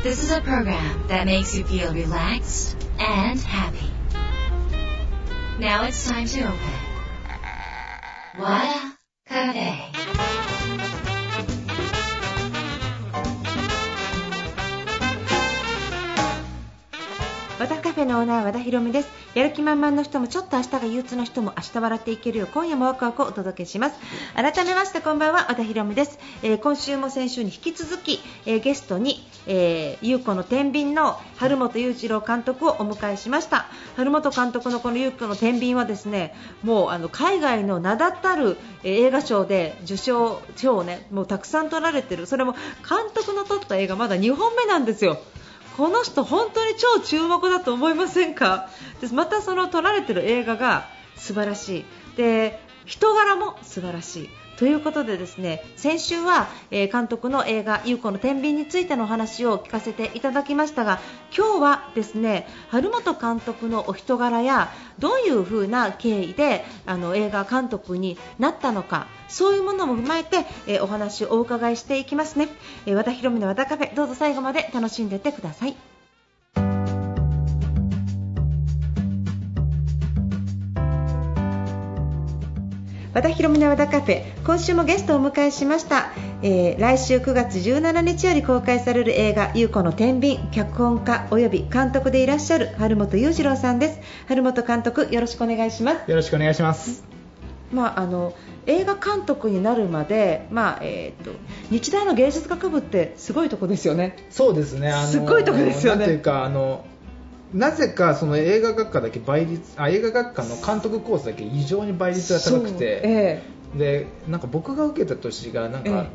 This is a program that makes you feel relaxed and happy. Now it's time to open Wada Cafe. 和田カフェのオーナー和田博美です。やる気満々の人もちょっと明日が憂鬱の人も明日笑っていけるよう今夜もワクワクをお届けします。改めましてこんばんは、和田博美です。今週も先週に引き続き、ゲストに、優子の天秤の春本裕次郎監督をお迎えしました。春本監督のこの優子の天秤はですね、もう海外の名だたる映画賞で受賞賞をね、もうたくさん取られてる。それも監督の撮った映画まだ2本目なんですよ。この人本当に超注目だと思いませんか？またその撮られている映画が素晴らしいで、人柄も素晴らしいということでですね、先週は、監督の映画優子の天秤についてのお話を聞かせていただきましたが、今日はですね、春本監督のお人柄やどういう風な経緯で映画監督になったのか、そういうものも踏まえて、お話をお伺いしていきますね。和田博美の和田カフェ、どうぞ最後まで楽しんでいってください。和田博美の和田カフェ、今週もゲストをお迎えしました。来週9月17日より公開される映画優子の天秤、脚本家および監督でいらっしゃる春本裕次郎さんです。春本監督、よろしくお願いします。 よろしくお願いします。 映画監督になるまで、日大の芸術学部ってすごいとこですよね。 そうですね、 すごいとこですよね。 なんていうかなぜかその映画学科だけ映画学科の監督コースだけ異常に倍率が高くて、でなんか僕が受けた年がなんか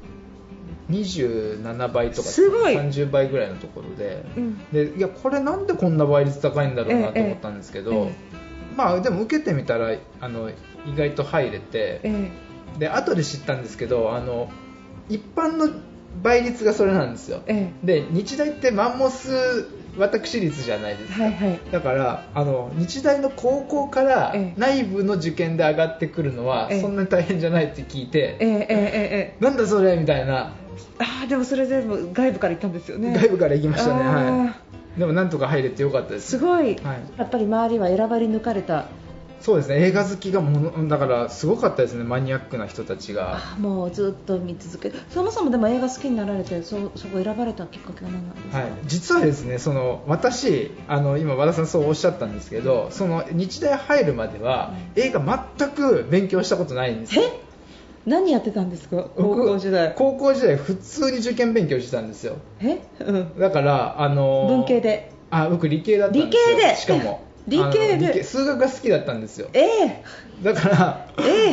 27倍とか30倍ぐらいのところで、いやこれなんでこんな倍率高いんだろうなと思ったんですけど、でも受けてみたら意外と入れて、で後で知ったんですけど一般の倍率がそれなんですよ。で日大ってマンモス私立じゃないですか、だから日大の高校から内部の受験で上がってくるのはそんなに大変じゃないって聞いて、なんだそれみたいな。 でもそれ全部外部から行ったんですよね。 外部から行きましたね。でもなんとか入れてよかったです。 すごい、やっぱり周りは選ばれ抜かれた。 そうですね、映画好きがだからすごかったですね、マニアックな人たちが。 もうずっと見続ける。そもそもでも映画好きになられてそこ選ばれたきっかけは何なんですか？ 実はですね、私今和田さんそうおっしゃったんですけど、その日大入るまでは映画全く勉強したことないんですよ。 何やってたんですか？高校時代普通に受験勉強してたんですよ。だから文系で。 僕理系だったんですよ。 理系で、 しかも理系で数学が好きだったんですよ。だから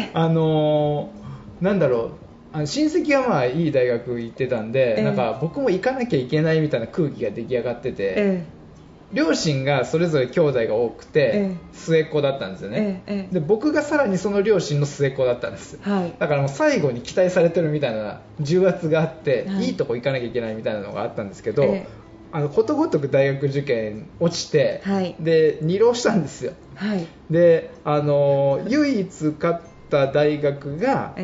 なんだろう、親戚がいい大学行ってたんで、なんか僕も行かなきゃいけないみたいな空気が出来上がってて、両親がそれぞれ兄弟が多くて、末っ子だったんですよね。で僕がさらにその両親の末っ子だったんです、だからもう最後に期待されてるみたいな重圧があって、いいとこ行かなきゃいけないみたいなのがあったんですけど、ことごとく大学受験落ちて、で2浪したんですよ。で唯一受かった大学が、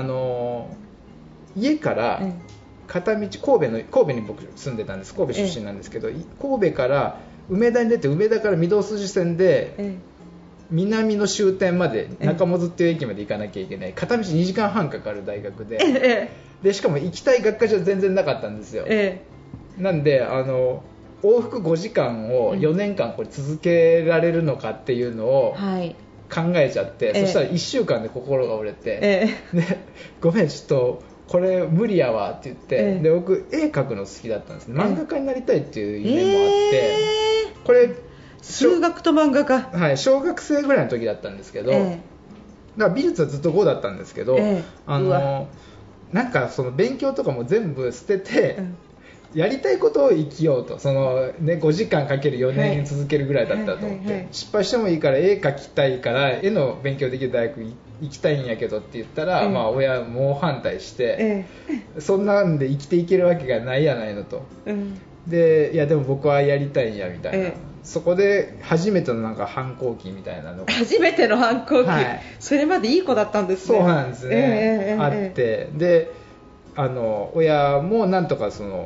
家から片道神戸に僕住んでたんです。神戸出身なんですけど、神戸から梅田に出て、梅田から御堂筋線で、南の終点まで中本っていう駅まで行かなきゃいけない、片道2時間半かかる大学で、しかも行きたい学科じゃ全然なかったんですよ。なんで往復5時間を4年間これ続けられるのかっていうのを考えちゃって、そしたら1週間で心が折れて、でごめんちょっとこれ無理やわって言って、で僕絵描くの好きだったんですね。漫画家になりたいっていう夢もあって、これ数学と漫画家、 小学生ぐらいの時だったんですけど、だから美術はずっと5だったんですけど、なんかその勉強とかも全部捨てて、やりたいことを生きようと、5時間かける4年続けるぐらいだったと思って、失敗してもいいから絵描きたいから絵の勉強できる大学行きたいんやけどって言ったら、親猛反対して、そんなんで生きていけるわけがないやないのと、でいやでも僕はやりたいんやみたいな、そこで初めてのなんか反抗期みたいなのが、 初めての反抗期、それまでいい子だったんですね。 そうなんですね、あって、で親もなんとか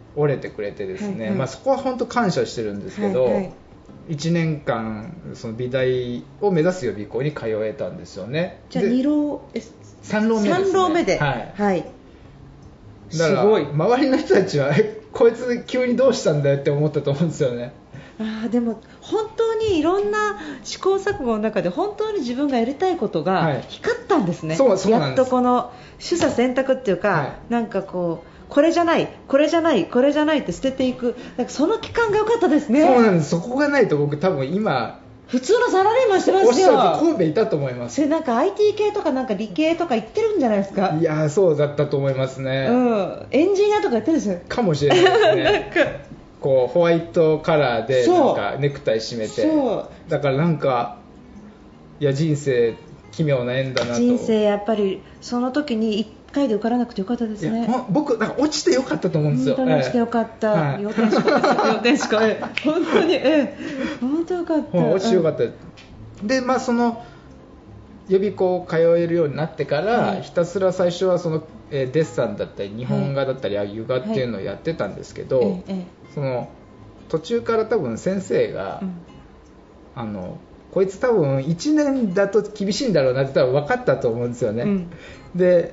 折れてくれてですね、そこは本当感謝してるんですけど、1年間その美大を目指す予備校に通えたんですよね。 じゃあ3浪目ですね。3浪目で、 だから周りの人たちはこいつ急にどうしたんだよって思ったと思うんですよね。 でも本当にいろんな試行錯誤の中で本当に自分がやりたいことが光ったんですね。 そうなんです。 やっとこの取捨選択っていうか、なんかこれじゃないこれじゃないこれじゃないって捨てていく、なんかその期間が良かったですね。 そうなんです。そこがないと僕多分今普通のサラリーマンしてますよ。 神戸いたと思います。 なんか IT 系とかなんか理系とか言ってるんじゃないですか。 いやそうだったと思いますね。 エンジニアとか言ってるんですよ。 かもしれないですね。なんかこうホワイトカラーでなんかネクタイ締めて、だからなんかいや人生奇妙な縁だなと。 人生やっぱりその時に1回で受からなくてよかったですね。 僕なんか落ちてよかったと思うんですよ。 本当に落ちてよかった。要点しか要点しか本当に本当よかった。 落ちてよかった。でその予備校通えるようになってから、ひたすら最初はそのデッサンだったり日本画だったり油画っていうのをやってたんですけど、その途中から多分先生が、こいつ多分1年だと厳しいんだろうなって多分分かったと思うんですよね。で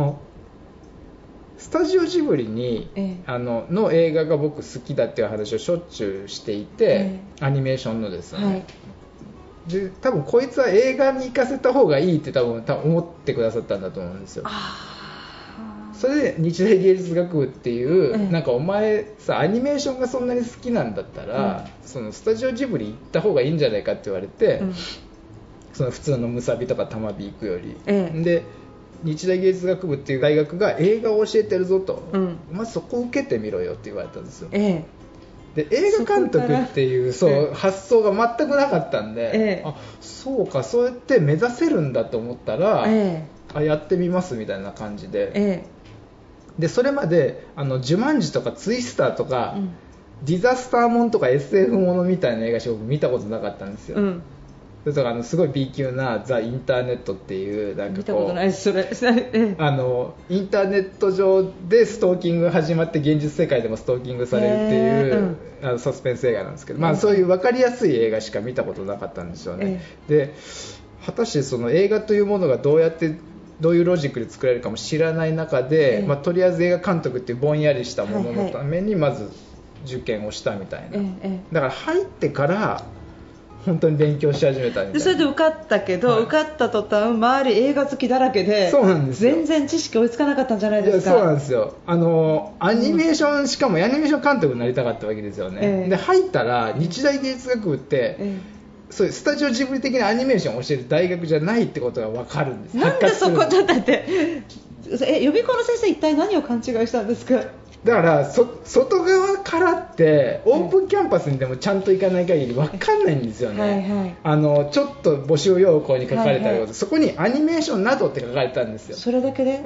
スタジオジブリに、の映画が僕好きだっていう話をしょっちゅうしていて、アニメーションのですね、で多分こいつは映画に行かせた方がいいって多分思ってくださったんだと思うんですよ。それで日大芸術学部っていう、なんかお前さアニメーションがそんなに好きなんだったら、そのスタジオジブリ行った方がいいんじゃないかって言われて、その普通のムサビとかタマビ行くより、で日大芸術学部っていう大学が映画を教えてるぞと、まずそこを受けてみろよって言われたんですよ。で映画監督っていう発想が全くなかったんで、そうかそうやって目指せるんだと思ったら、やってみますみたいな感じで、でそれまでジュマンジとかツイスターとか、ディザスターもんとか SF ものみたいな映画しか僕見たことなかったんですよ。それとかすごい B 級なザ・インターネットっていうなんかこう見たことないそれインターネット上でストーキングが始まって現実世界でもストーキングされるっていう、サスペンス映画なんですけど、そういう分かりやすい映画しか見たことなかったんですよね。で果たしてその映画というものがどういうロジックで作られるかも知らない中で、とりあえず映画監督っていうぼんやりしたもののためにまず受験をしたみたいな、だから入ってから本当に勉強し始めたみたいな。 でそれで受かったけど、受かった途端周り映画好きだらけで、 そうなんですよ。 全然知識追いつかなかったんじゃないですか。 そうなんですよ。アニメーション、しかもアニメーション監督になりたかったわけですよね。で入ったら日大芸術学部って、そういうスタジオジブリ的なアニメーションを教える大学じゃないってことが分かるんです。 なんでそこだって予備校の先生一体何を勘違いしたんですか。 だから外側からってオープンキャンパスにでもちゃんと行かない限り分かんないんですよね。ちょっと募集要項に書かれたようで、そこにアニメーションなどって書かれたんですよ。 それだけで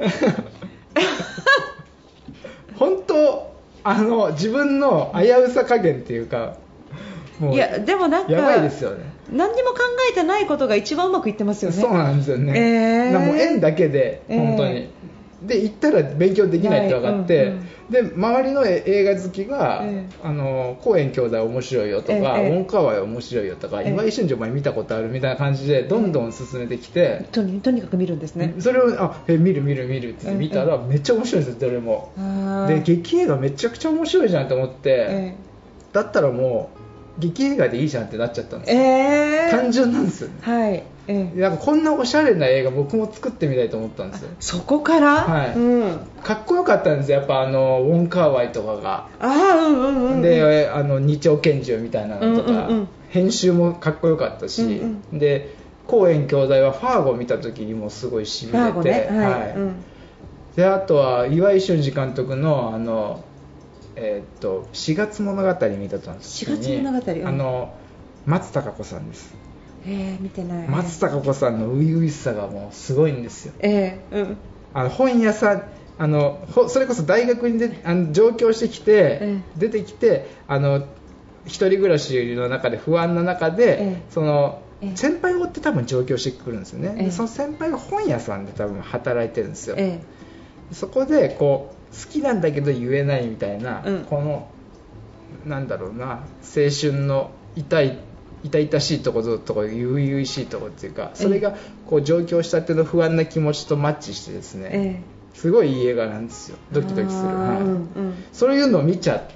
本当自分の危うさ加減っていうか、もういやでもなんかやばいですよね。 何にも考えてないことが一番うまくいってますよね。 そうなんですよね。もう縁だけで本当に、で行ったら勉強できないって分かって、で周りの映画好きが、コーエン兄弟面白いよとか、ウォンカーワイ面白いよとか、岩井俊二お前見たことあるみたいな感じでどんどん進めてきて、 とにかく見るんですね。 それを見るって見たら、めっちゃ面白いんですよどれも。で劇映画めちゃくちゃ面白いじゃんと思って、だったらもう劇映画でいいじゃんってなっちゃったんですよ。単純なんですよね。なんかこんなおしゃれな映画僕も作ってみたいと思ったんですよ。 そこから、 かっこよかったんですよやっぱウォンカーワイとかが。で二丁拳銃みたいなのとか、編集もかっこよかったし、でコーエン兄弟はファーゴ見た時にもすごいしびれて、であとは岩井俊二監督の4月物語見たと時に、 4月物語、 松たか子さんです。 見てない。 松たか子さんの初々しさがもうすごいんですよ。本屋さんそれこそ大学に上京してきて、出てきて一人暮らしの中で不安な中で、その先輩を追って多分上京してくるんですよね。その先輩が本屋さんで多分働いてるんですよ。そこでこう好きなんだけど言えないみたいな、このなんだろうな、青春の痛々しいところとか悠々しいところっていうか、それがこう上京したての不安な気持ちとマッチしてですね、すごいいい映画なんですよ。ドキドキする、そういうのを見ちゃって、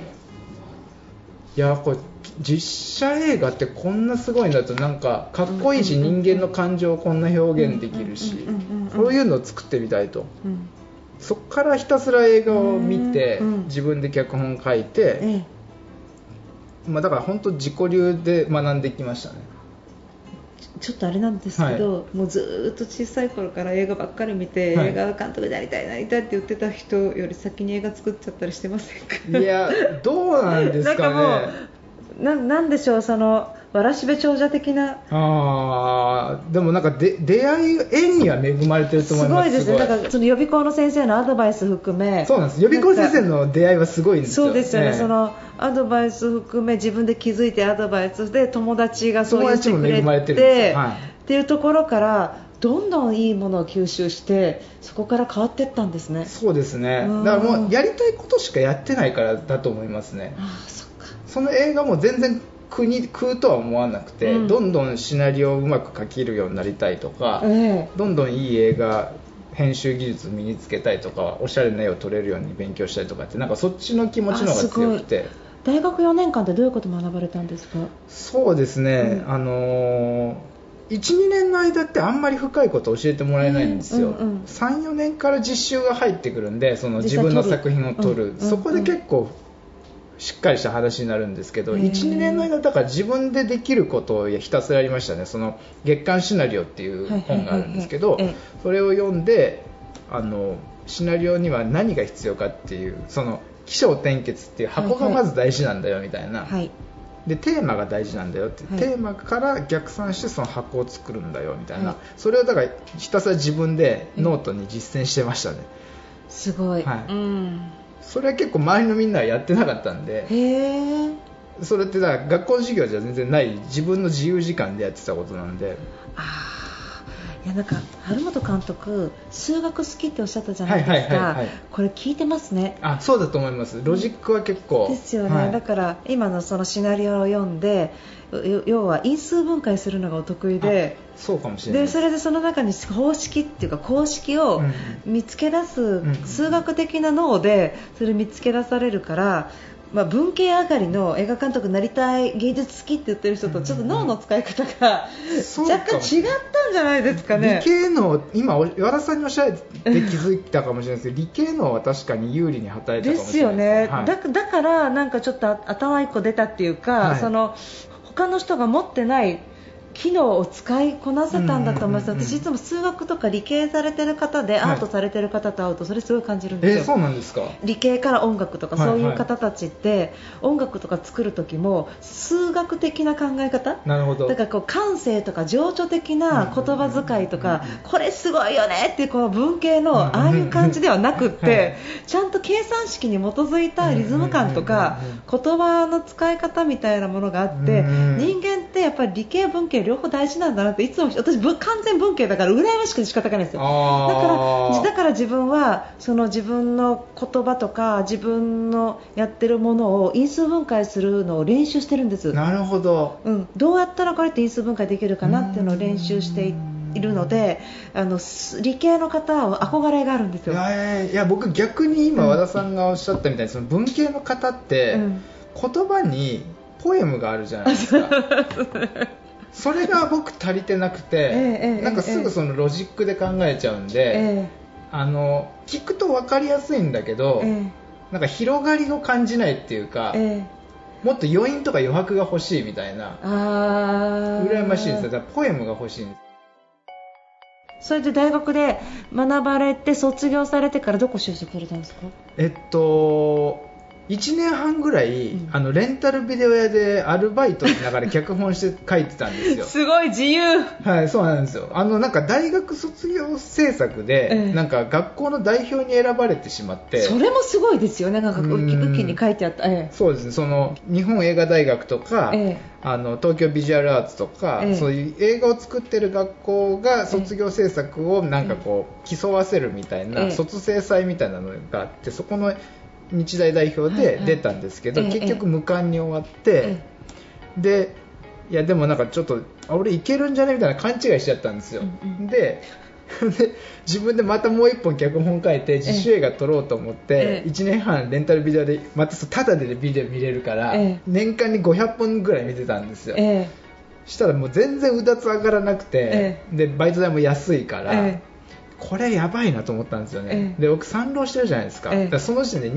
いやこれ実写映画ってこんなすごいんだと、なんかかっこいいし、人間の感情をこんな表現できるし、そういうのを作ってみたいと、そこからひたすら映画を見て、自分で脚本書いて、だから本当自己流で学んできましたね。 ちょっとあれなんですけど、もうずっと小さい頃から映画ばっかり見て、映画監督になりたいって言ってた人より先に映画作っちゃったりしてませんか？ いや、どうなんですかね。 なんかもうなんでしょう、そのわらしべ長者的な。 でもなんか出会い、縁には恵まれてると思います。 すごいですね。だからその予備校の先生のアドバイス含め、 そうなんです、予備校先生の出会いはすごいんですよ。 そうですよね、そのアドバイス含め、自分で気づいてアドバイスで友達がそう言ってくれてっていうところからどんどんいいものを吸収して、そこから変わっていったんですね。 そうですね、だからもうやりたいことしかやってないからだと思いますね。 そっか。 その映画も全然食うとは思わなくて、どんどんシナリオをうまく書けるようになりたいとか、どんどんいい映画編集技術身につけたいとか、おしゃれな絵を撮れるように勉強したいとかって、なんかそっちの気持ちの方が強くて。 大学4年間でどういうことを学ばれたんですか？ そうですね、1、2年の間ってあんまり深いことを教えてもらえないんですよ。3、4年から実習が入ってくるんで、その自分の作品を撮る、そこで結構しっかりした話になるんですけど、1、2年の間だから自分でできることをひたすらやりましたね。その月刊シナリオっていう本があるんですけど、それを読んで、シナリオには何が必要かっていう、その起承転結っていう箱がまず大事なんだよみたいな、でテーマが大事なんだよって、テーマから逆算してその箱を作るんだよみたいな、それをだからひたすら自分でノートに実践してましたね。 すごい、 それは結構周りのみんなはやってなかったんで、それってだから学校の授業じゃ全然ない自分の自由時間でやってたことなんで。 いや、なんか春本監督数学好きっておっしゃったじゃないですか。これ聞いてますね。 そうだと思います。ロジックは結構ですよね、だから今のそのシナリオを読んで、要は因数分解するのがお得意で、 そうかもしれないで、それでその中に方式っていうか公式を見つけ出す、数学的な脳でそれ見つけ出されるから、文系上がりの映画監督になりたい、芸術好きって言ってる人とちょっと脳の使い方が若干違ったんじゃないですかね。 理系脳、今和田さんにおっしゃられて気づいたかもしれないですけど、理系脳は確かに有利に働いたかもしれないですよね。だからなんかちょっと頭一個出たっていうか、その他の人が持ってない機能を使いこなせたんだと思います。私いつも数学とか理系されてる方で、アートされてる方と会うとそれすごい感じるんですよ。 そうなんですか。 理系から音楽とかそういう方たちって、音楽とか作る時も数学的な考え方、 なるほど。 だからこう感性とか情緒的な言葉遣いとか、これすごいよねっていう、この文系のああいう感じではなくって、ちゃんと計算式に基づいたリズム感とか言葉の使い方みたいなものがあって、人間ってやっぱり理系文系両方大事なんだなって、いつも私完全文系だから羨ましくて仕方がないですよ。だから自分はその自分の言葉とか自分のやってるものを因数分解するのを練習してるんです。 なるほど、 どうやったらこれって因数分解できるかなっていうのを練習しているので、理系の方は憧れがあるんですよ。 いや僕逆に今和田さんがおっしゃったみたいに、その文系の方って、言葉にポエムがあるじゃないですか。それが僕足りてなくて、なんかすぐそのロジックで考えちゃうんで、聞くと分かりやすいんだけど、なんか広がりを感じないっていうか、もっと余韻とか余白が欲しいみたいな、羨ましいですよ。だからポエムが欲しいんです。 それで大学で学ばれて卒業されてからどこ就職されたんですか？ 1年半ぐらい、レンタルビデオ屋でアルバイトしながら脚本して書いてたんですよ。 すごい自由。 はい、そうなんですよ。なんか大学卒業制作で、なんか学校の代表に選ばれてしまって。 それもすごいですよね。なんかウキに書いてあった。 そうですね。その日本映画大学とか、東京ビジュアルアーツとか、そういう映画を作ってる学校が卒業制作をなんかこう競わせるみたいな、卒生祭みたいなのがあって、そこの日大代表で出たんですけど、結局無冠に終わって、でいやでもなんかちょっと俺いけるんじゃねみたいな勘違いしちゃったんですよ。で自分でまたもう一本脚本書いて自主映画撮ろうと思って、1年半レンタルビデオでまたタダでビデオ見れるから、年間に500本ぐらい見てたんですよ。したらもう全然うだつ上がらなくて、でバイト代も安いから、これやばいなと思ったんですよね。で僕3浪してるじゃないですか。だからその時点で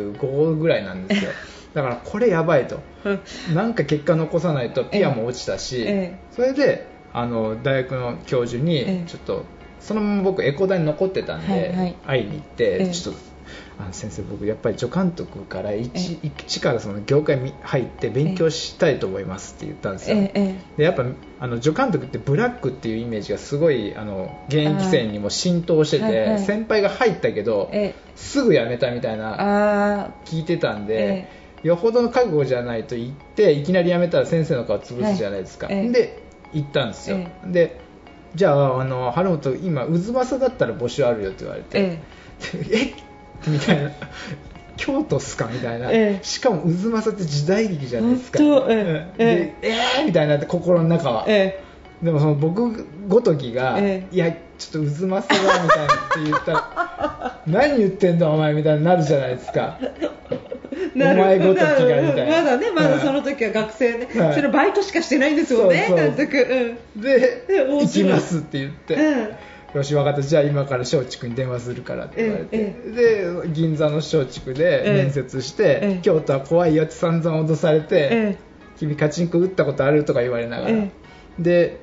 25ぐらいなんですよ。だからこれやばいと、なんか結果残さないと。ピアも落ちたし、それで大学の教授にちょっとそのまま僕エコ大に残ってたんで、会いに行って、ちょっと先生僕やっぱり助監督から一からその業界に入って勉強したいと思いますって言ったんですよ。でやっぱ助監督ってブラックっていうイメージがすごい現役生にも浸透してて、先輩が入ったけど、すぐ辞めたみたいな聞いてたんで、よほどの覚悟じゃないと言っていきなり辞めたら先生の顔潰すじゃないですか。で行ったんですよ。でじゃあ春本今渦政だったら募集あるよって言われて、みたいな京都っすかみたいな、しかも渦政って時代劇じゃないですか。でみたいなって心の中は、でもその僕ごときが、いやちょっと渦政だみたいなって言ったら何言ってんだお前みたいになるじゃないですか。お前ごときがみたいな。 まだその時は学生ね、それバイトしかしてないんですよね、監督。 で行きますって言って、よし分かった、じゃあ今から松竹に電話するからって言われて、で銀座の松竹で面接して、京都は怖いよって散々脅されて、君カチンコ打ったことあるとか言われながら、で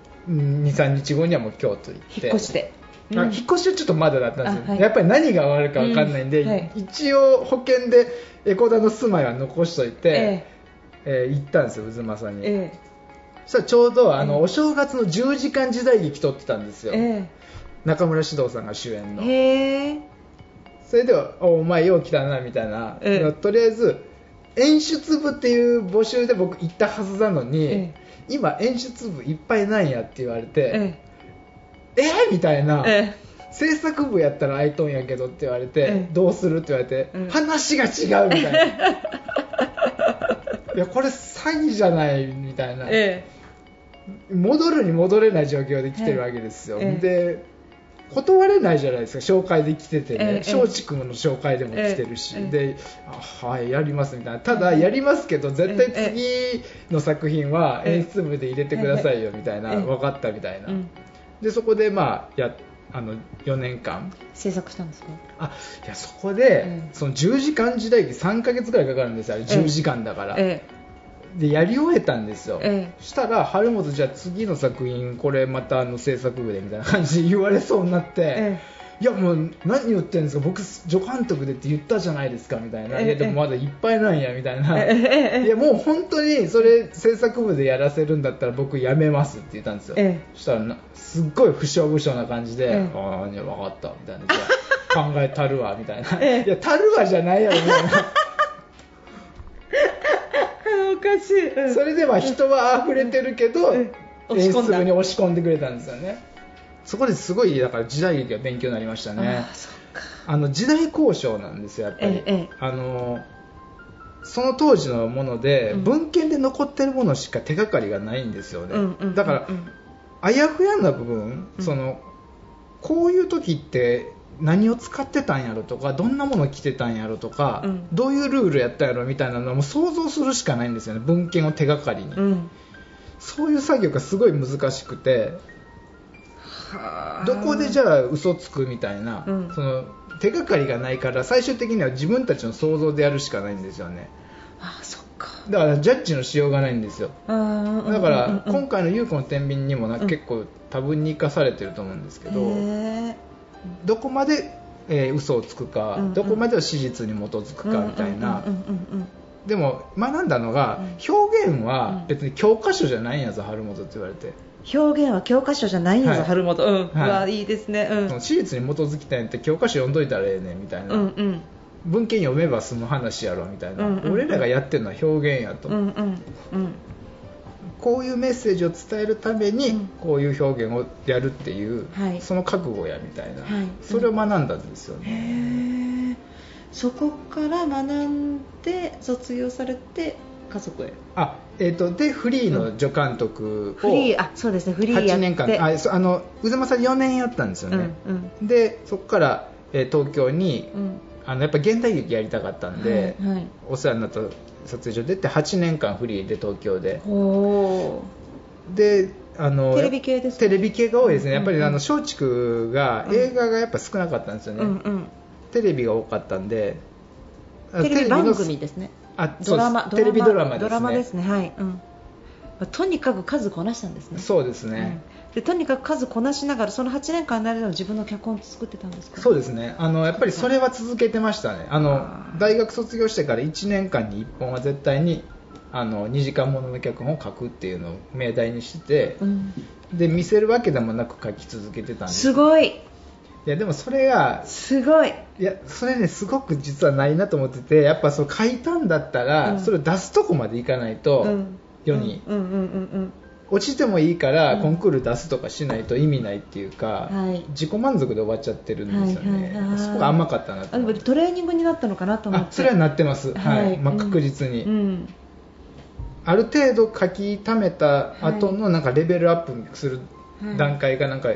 2,3 日後にはもう京都行って引っ越して、 引っ越しはちょっとまだだったんですよ。やっぱり何が悪いか分かんないんで、一応保険でエコダの住まいは残しといて、行ったんですよ渦政に。そしたらちょうどお正月の10時間時代劇撮ってたんですよ、中村獅童さんが主演の。それではお前よう来たなみたいな、とりあえず演出部っていう募集で僕行ったはずなのに、今演出部いっぱいないやって言われて、みたいな、制作部やったら空いとんやけどって言われて、どうするって言われて、話が違うみたいな、いやこれ詐欺じゃないみたいな、戻るに戻れない状況で来てるわけですよ。で断れないじゃないですか、紹介で来ててね、松竹の紹介でも来てるし、ではいやりますみたいな、ただやりますけど絶対次の作品は演出部で入れてくださいよみたいな、分かったみたいな。でそこで4年間制作したんですか。 いやそこで、その10時間時代劇3ヶ月ぐらいかかるんですよ、10時間だから。でやり終えたんですよ。そしたら春本じゃあ次の作品これまた制作部でみたいな感じで言われそうになって、いやもう何言ってるんですか、僕助監督でって言ったじゃないですかみたいな、いやでもまだいっぱいなんやみたいな、いやもう本当にそれ制作部でやらせるんだったら僕辞めますって言ったんですよ。そしたらすっごい不詳不詳な感じで、いや分かったみたいな、考えたるわみたいな、いやたるわじゃないやろみたいなおかしい、 それでは人は溢れてるけど、演出部に押し込んでくれたんですよね。そこですごいだから時代劇が勉強になりましたね。時代交渉なんですよやっぱり、その当時のもので、文献で残ってるものしか手がかりがないんですよね。だから、あやふやな部分、こういう時って何を使ってたんやろとか、どんなもの着てたんやろとか、どういうルールやったんやろみたいなのも想像するしかないんですよね、文献を手がかりに。そういう作業がすごい難しくて、どこでじゃあ嘘つくみたいな、その手がかりがないから最終的には自分たちの想像でやるしかないんですよね。 そっか。 だからジャッジのしようがないんですよ。だから今回の優子の天秤にも結構多分に生かされてると思うんですけど、どこまで嘘をつくか、どこまでは史実に基づくかみたいな。でも学んだのが、表現は別に教科書じゃないんやぞ春本って言われて。 表現は教科書じゃないんやぞ、春本。 はい、 いいですね。 史実に基づきたいんって教科書読んどいたらええねんみたいな、文献読めば済む話やろみたいな、俺らがやってるのは表現やと、こういうメッセージを伝えるためにこういう表現をやるっていう、その覚悟やみたいな、それを学んだんですよね。 そこから学んで卒業されて家族へ。 でフリーの助監督をそうですね、フリーやって 8年間宇座正4年やったんですよね、でそこから、東京に、やっぱ現代劇やりたかったんで、お世話になった撮影所出て8年間フリーで東京で、でテレビ系ですか？ テレビ系が多いですね。やっぱり松竹が映画がやっぱ少なかったんですよね、テレビが多かったんで、 テレビ番組ですね。ドラマ、 テレビドラマですね。 ドラマですね。はい。とにかく数こなしたんですね。 そうですね。 でとにかく数こなしながらその8年間の間自分の脚本を作ってたんですか？ そうですね。やっぱりそれは続けてましたね。大学卒業してから1年間に1本は絶対に2時間ものの脚本を書くっていうのを命題にして、で見せるわけでもなく書き続けてたんです。 すごい。 いやでもそれがすごい。 いやそれねすごく実はないなと思ってて、やっぱそう書いたんだったら、それを出すとこまでいかないと、世に、落ちてもいいからコンクール出すとかしないと意味ないっていうか、自己満足で終わっちゃってるんですよね。そこが甘かったなと思って。 トレーニングになったのかなと思って。 それはなってます、確実に、ある程度書き溜めた後のなんかレベルアップする段階がなんか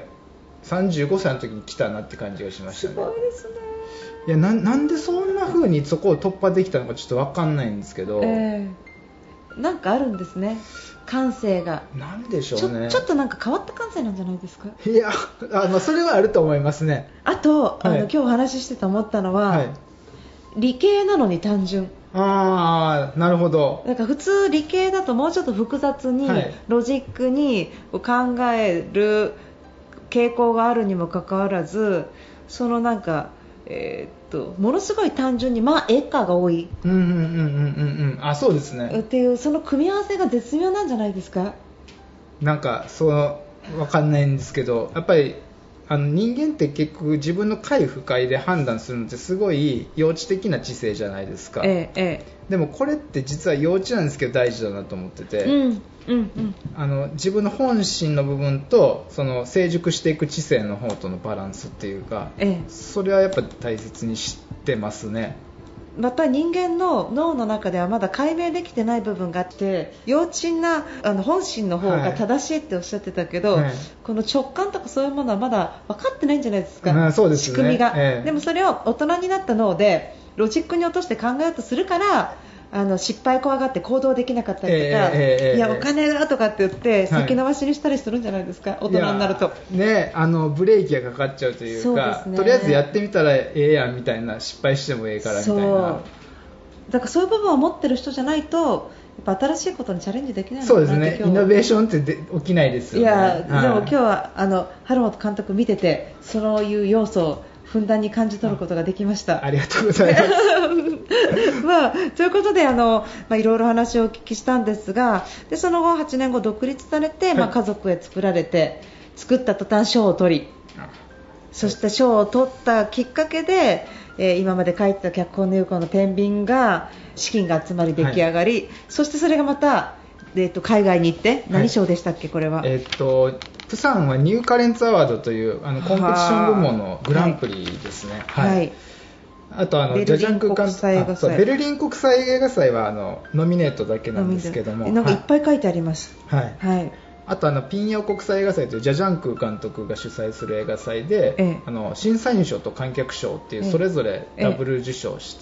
35歳の時に来たなって感じがしましたね。 すごいですね。 いやなんでそんな風にそこを突破できたのかちょっと分かんないんですけど、 なんかあるんですね、感性が。 なんでしょうね。 ちょっとなんか変わった感性なんじゃないですか？ いやそれはあると思いますね。 あと今日お話ししてて思ったのは、理系なのに単純。 なるほど。 なんか普通理系だともうちょっと複雑に、ロジックに考える傾向があるにもかかわらず、そのなんか、ものすごい単純に絵画が多い、 そうですねっていうその組み合わせが絶妙なんじゃないですか？ なんか分かんないんですけど、やっぱり人間って結局自分の快不快で判断するのってすごい幼稚的な知性じゃないですか、でもこれって実は幼稚なんですけど大事だなと思ってて、自分の本心の部分とその成熟していく知性の方とのバランスっていうか、それはやっぱ大切にしてますね。 また人間の脳の中ではまだ解明できてない部分があって、幼稚な本心の方が正しいっておっしゃってたけど、この直感とかそういうものはまだ分かってないんじゃないですか、 そうですね、 仕組みが、でもそれを大人になった脳でロジックに落として考えようとするから失敗怖がって行動できなかったりとか、いやお金がとかって言って先延ばしにしたりするんじゃないですか、大人になると。 ね、ブレーキがかかっちゃうというか、とりあえずやってみたらええやんみたいな、失敗してもええからみたいな。 だからそういう部分を持ってる人じゃないとやっぱ新しいことにチャレンジできないのかなって。そうですね、イノベーションって起きないですよね。 いや、でも今日は春本監督見ててそういう要素をふんだんに感じ取ることができました。 ありがとうございますということでいろいろ話をお聞きしたんですが、でその後8年後独立されて、家族へ作られて、作った途端賞を取り、そして賞を取ったきっかけで、今まで書いてた脚本の有効の天秤が資金が集まり出来上がり、そしてそれがまた、海外に行って何賞でしたっけ、これは。 プサンはニューカレンツアワードというコンペティション部門のグランプリですね。あとジャジャンク監督、ベルリン国際映画祭はノミネートだけなんですけども、 なんかいっぱい書いてあります。 あとピンヤオ国際映画祭というジャジャンク監督が主催する映画祭で、審査員賞と観客賞っていうそれぞれダブル受賞して、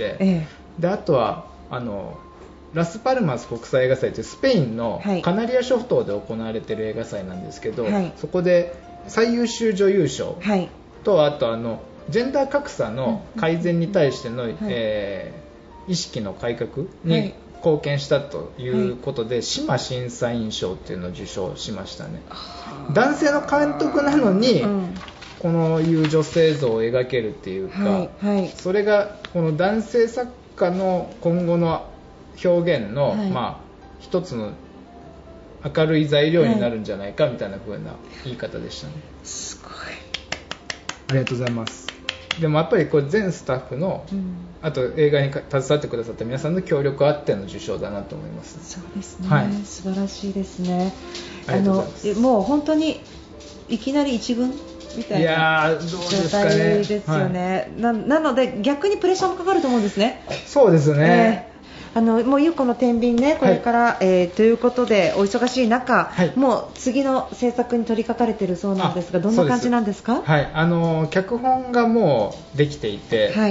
であとはラスパルマス国際映画祭というスペインのカナリア諸島で行われている映画祭なんですけど、そこで最優秀女優賞と、あとジェンダー格差の改善に対しての、意識の改革に貢献したということで、島審査員賞っていうのを受賞しましたね。男性の監督なのに、 このいう女性像を描けるっていうか、 はいはい、 それがこの男性作家の今後の表現の、はい、一つの明るい材料になるんじゃないかみたいな風な言い方でしたね。 すごい、 ありがとうございます。でもやっぱりこれ全スタッフの、あと映画に携わってくださった皆さんの協力あっての受賞だなと思います。 そうですね、 はい、 素晴らしいですね。 もう本当にいきなり一軍みたいな状態ですよね。なので逆にプレッシャーもかかると思うんですね。 そうですね、 もう優子の天秤ね、これから、はい、ということでお忙しい中、はい、もう次の制作に取り掛かれているそうなんですが、どんな感じなんですか？ はい、脚本がもうできていて、はい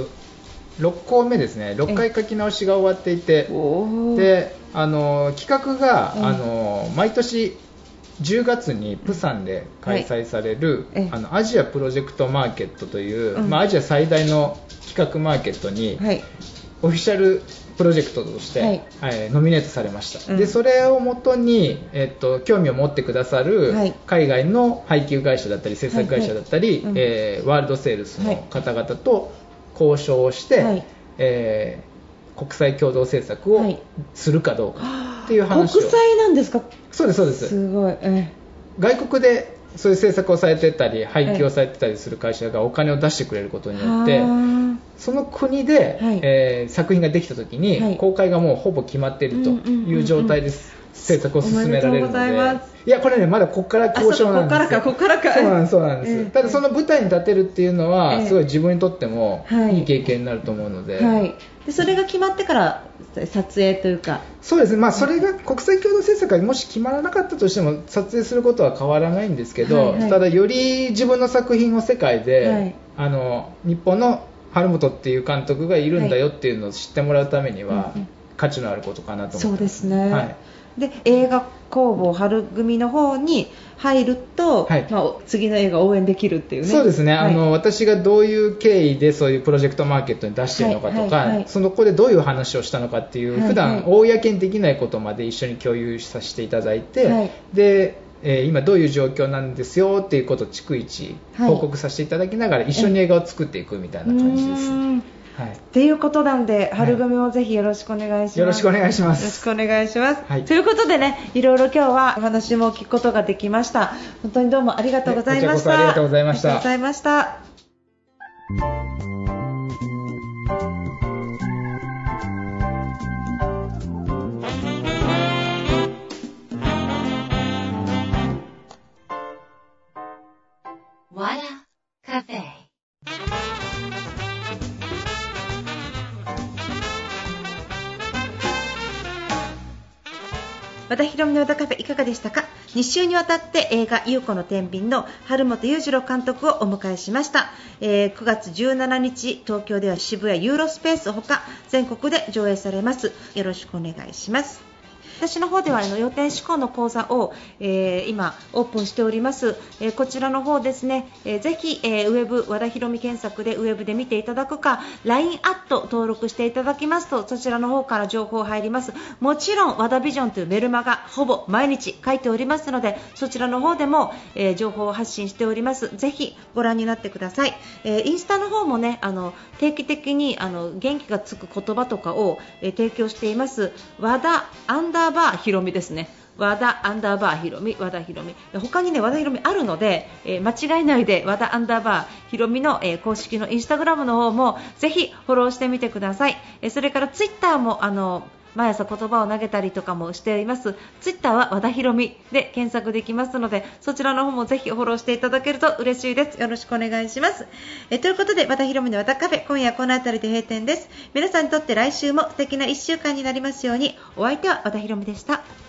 、6校目ですね、6回書き直しが終わっていて、で企画が、毎年10月にプサンで開催される、アジアプロジェクトマーケットという、アジア最大の企画マーケットに、オフィシャルプロジェクトとして、ノミネートされました、でそれをもとに、興味を持ってくださる海外の配給会社だったり制作会社だったり、ワールドセールスの方々と交渉をして、国際共同制作をするかどうかっていう話を。 国際なんですか？ そうですそうです。 すごい、 外国でそういう制作をされてたり配給をされてたりする会社がお金を出してくれることによって、その国で、作品ができた時に、公開がもうほぼ決まっているという状態です、制作を進められるので。いやこれねまだここから交渉なんですよ。 ここからかそうなんです、ただその舞台に立てるっていうのは、すごい自分にとってもいい経験になると思うので、 でそれが決まってから撮影というか。 そうですね、それが国際共同制作がもし決まらなかったとしても撮影することは変わらないんですけど、ただより自分の作品を世界で、日本の春本っていう監督がいるんだよっていうのを知ってもらうためには、価値のあることかなと思ってます。 そうですね、で映画工房春組の方に入ると、次の映画を応援できるっていうね。 そうですね、私がどういう経緯でそういうプロジェクトマーケットに出しているのかとか、その子でどういう話をしたのかっていう、普段公にできないことまで一緒に共有させていただいて、で今どういう状況なんですよっていうことを逐一報告させていただきながら、一緒に映画を作っていくみたいな感じです。 っていうことなんで、春組もぜひよろしくお願いします。 よろしくお願いします。 よろしくお願いします。ということでね、いろいろ今日はお話も聞くことができました。本当にどうもありがとうございました。 こちらこそありがとうございました。 ありがとうございました。和田博美の和田カフェいかがでしたか？ 2 週にわたって映画優子の天秤の春本裕次郎監督をお迎えしました。9月17日東京では渋谷ユーロスペースほか全国で上映されます。よろしくお願いします。私の方では予定志向の講座を、今オープンしております。こちらの方ですね、ぜひ、ウェブ和田博美検索でウェブで見ていただくか LINE アット登録していただきますとそちらの方から情報入ります。もちろん和田ビジョンというメルマガほぼ毎日書いておりますのでそちらの方でも、情報を発信しております。ぜひご覧になってください。インスタの方もね定期的に元気がつく言葉とかを、提供しています。和田アンダーバーひろみですね。和田アンダーバーひろみ、和田ひろみ。他にね和田ひろみあるので、間違いないで和田アンダーバーひろみの、公式のインスタグラムの方もぜひフォローしてみてください。それからツイッターも毎朝言葉を投げたりとかもしています。ツイッターは和田ひろみで検索できますのでそちらの方もぜひフォローしていただけると嬉しいです。よろしくお願いします。ということで和田ひろみの和田カフェ今夜この辺りで閉店です。皆さんにとって来週も素敵な1週間になりますように。お相手は和田ひろみでした。